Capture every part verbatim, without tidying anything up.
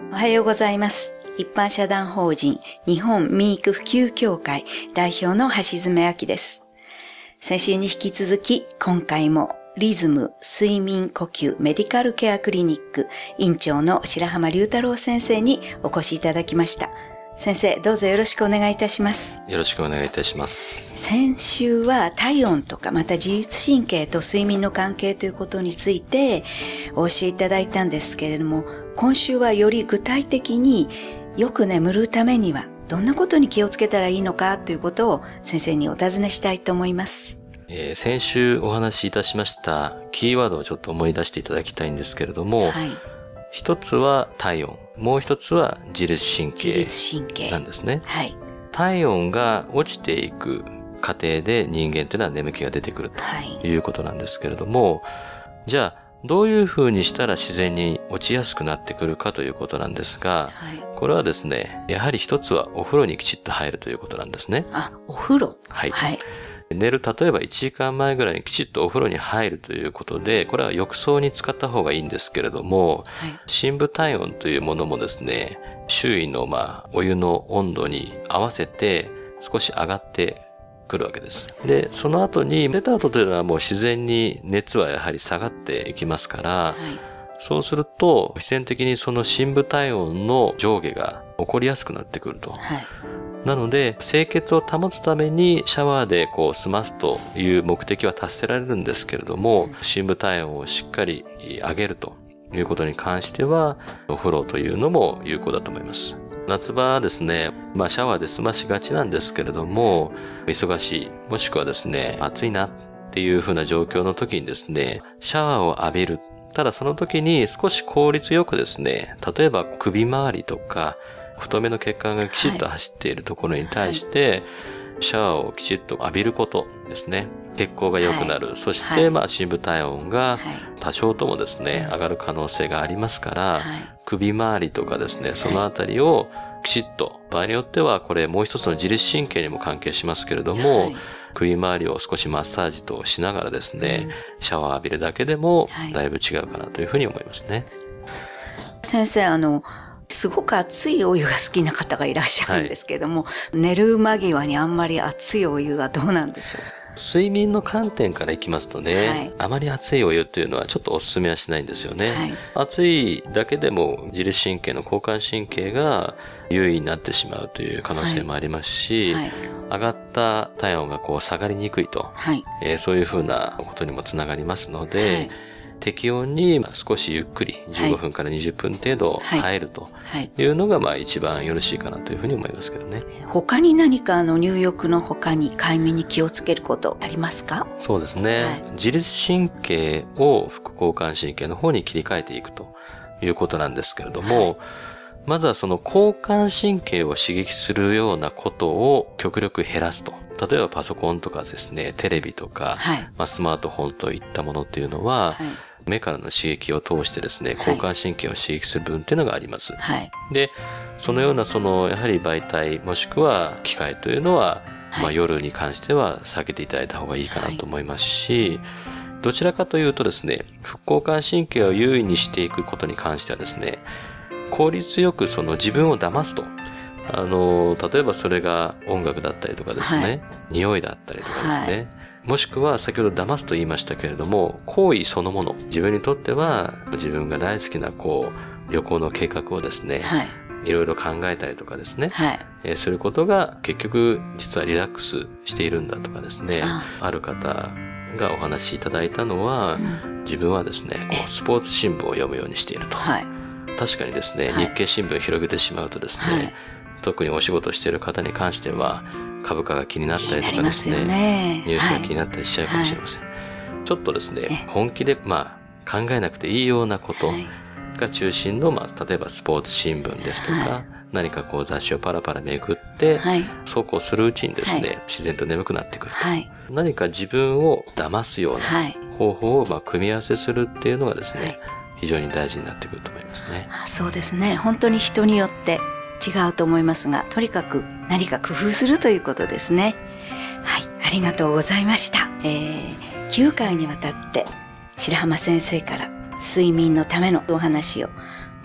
おはようございます。一般社団法人日本民育普及協会代表の橋爪亜希です。先週に引き続き、今回もリズム睡眠呼吸メディカルケアクリニック院長の白浜龍太郎先生にお越しいただきました。先生、どうぞよろしくお願いいたします。 よろしくお願いいたします。 先週は体温とかまた自律神経と睡眠の関係ということについてお教えいただいたんですけれども、今週はより具体的によく眠るためにはどんなことに気をつけたらいいのかということを先生にお尋ねしたいと思います。 えー、先週お話しいたしましたキーワードをちょっと思い出していただきたいんですけれども、はい、一つは体温、もう一つは自律神経なんですね。はい、体温が落ちていく過程で人間というのは眠気が出てくるということなんですけれども、はい、じゃあどういう風にしたら自然に落ちやすくなってくるかということなんですが、はい、これはですね、やはり一つはお風呂にきちっと入るということなんですね。 あ、お風呂。 はい。はい、寝る、例えばいちじかんまえぐらいにきちっとお風呂に入るということで、これは浴槽に使った方がいいんですけれども、はい、深部体温というものもですね、周囲のまあお湯の温度に合わせて少し上がってくるわけです。で、その後に出た後というのはもう自然に熱はやはり下がっていきますから、はい、そうすると必然的にその深部体温の上下が起こりやすくなってくると。はい、なので清潔を保つためにシャワーでこう済ますという目的は達せられるんですけれども、深部体温をしっかり上げるということに関してはお風呂というのも有効だと思います。夏場はですね、まあシャワーで済ましがちなんですけれども、忙しい、もしくはですね、暑いなっていう風な状況の時にですね、シャワーを浴びる。ただその時に少し効率よくですね、例えば首周りとか、太めの血管がきちっと走っているところに対して、はい、シャワーをきちっと浴びることですね。血行が良くなる。はい、そして、はい、まあ深部体温が多少ともですね、はい、上がる可能性がありますから、はい、首周りとかですね、そのあたりをきちっと、場合によってはこれもう一つの自律神経にも関係しますけれども、はい、首周りを少しマッサージとしながらですね、うん、シャワー浴びるだけでもだいぶ違うかなというふうに思いますね。 先生、あの、すごく熱いお湯が好きな方がいらっしゃるんですけれども、はい、寝る間際にあんまり熱いお湯はどうなんでしょう？ 睡眠の観点からいきますとね、はい、あまり熱いお湯っていうのはちょっとお勧めはしないんですよね。はい、熱いだけでも自律神経の交感神経が優位になってしまうという可能性もありますし、はいはい、上がった体温がこう下がりにくいと、はい、えー、そういうふうなことにもつながりますので、はい、適温に少しゆっくりじゅうごふんからにじゅっぷん程度入るというのがまあ一番よろしいかなというふうに思いますけどね。 他に何かあの入浴の他に快眠に気をつけることありますか？ そうですね。はい、自律神経を副交感神経の方に切り替えていくということなんですけれども、はい、まずはその交感神経を刺激するようなことを極力減らすと。例えばパソコンとかですね、テレビとか、はい、まあ、スマートフォンといったものっていうのは、はい、目からの刺激を通してですね、交感神経を刺激する部分っていうのがあります。はい、で、そのようなその、やはり媒体もしくは機械というのは、はい、まあ、夜に関しては避けていただいた方がいいかなと思いますし、はい、どちらかというとですね、副交感神経を優位にしていくことに関してはですね、効率よくその自分を騙すと。あの、例えばそれが音楽だったりとかですね、はい、匂いだったりとかですね、はい、もしくは先ほど騙すと言いましたけれども、行為そのもの、自分にとっては自分が大好きなこう、旅行の計画をですね、はい、いろいろ考えたりとかですね、はい、えー、することが結局実はリラックスしているんだとかですね、あ, ある方がお話しいただいたのは、うん、自分はですね、こうスポーツ新聞を読むようにしていると。はい、確かにですね、はい、日経新聞を広げてしまうとですね、はい、特にお仕事している方に関しては株価が気になったりとかですね、 ね、 ニュースが気になったりしちゃうかもしれません。はい、ちょっとですね、本気でまあ考えなくていいようなことが中心の、まあ例えばスポーツ新聞ですとか、はい、何かこう雑誌をパラパラめくって、はい、そうこうするうちにですね、はい、自然と眠くなってくると、はい、何か自分を騙すような方法をまあ組み合わせするっていうのがですね、はい、非常に大事になってくると思いますね。 あ、そうですね。本当に人によって違うと思いますが、とにかく何か工夫するということですね。はい、ありがとうございました。えー、きゅうかいにわたって白浜先生から睡眠のためのお話を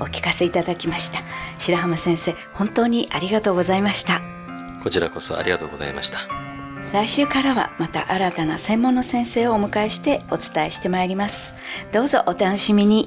お聞かせいただきました。白浜先生、本当にありがとうございました。 こちらこそありがとうございました。 来週からはまた新たな専門の先生をお迎えしてお伝えしてまいります。どうぞお楽しみに。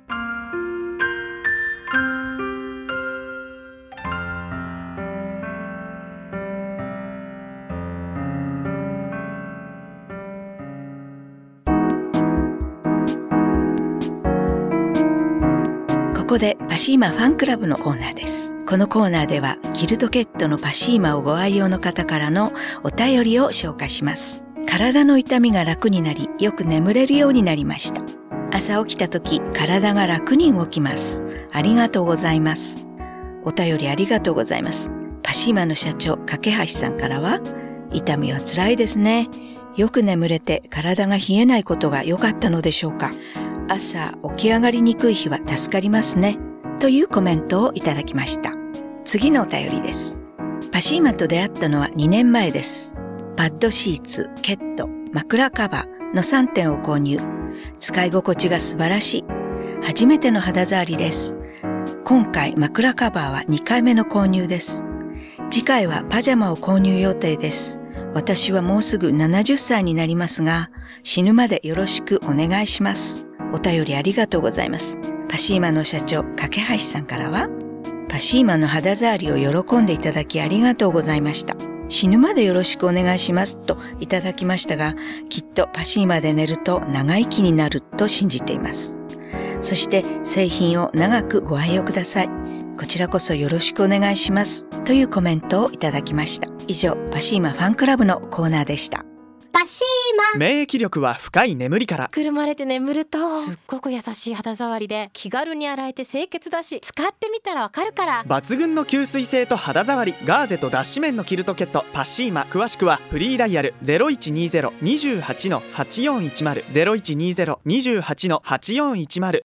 ここでパシーマファンクラブのコーナーです。このコーナーではキルトケットのパシーマをご愛用の方からのお便りを紹介します。体の痛みが楽になり、よく眠れるようになりました。朝起きた時、体が楽に動きます。ありがとうございます。お便りありがとうございます。パシーマの社長、架橋さんからは、痛みは辛いですね。よく眠れて体が冷えないことが良かったのでしょうか。朝起き上がりにくい日は助かりますね。というコメントをいただきました。次のお便りです。パシーマと出会ったのはにねんまえです。パッドシーツ、ケット、枕カバーのさんてんを購入。使い心地が素晴らしい。初めての肌触りです。今回枕カバーはにかいめの購入です。次回はパジャマを購入予定です。私はもうすぐななじゅっさいになりますが、死ぬまでよろしくお願いします。お便りありがとうございます。パシーマの社長、架橋さんからは、パシーマの肌触りを喜んでいただきありがとうございました。死ぬまでよろしくお願いしますといただきましたが、きっとパシーマで寝ると長生きになると信じています。そして製品を長くご愛用ください。こちらこそよろしくお願いしますというコメントをいただきました。以上、パシーマファンクラブのコーナーでした。 パシーマ。 免疫力は深い眠りから。 くるまれて眠るとすっごく優しい肌触りで気軽に洗えて清潔だし、使ってみたらわかるから。 抜群の吸水性と肌触り、ガーゼと脱脂綿のキルトケットパシーマ。詳しくはフリーダイヤル ゼロいちにゼロ にじゅうはちのはちよんいちゼロ ゼロいちにゼロ にじゅうはちのはちよんいちゼロ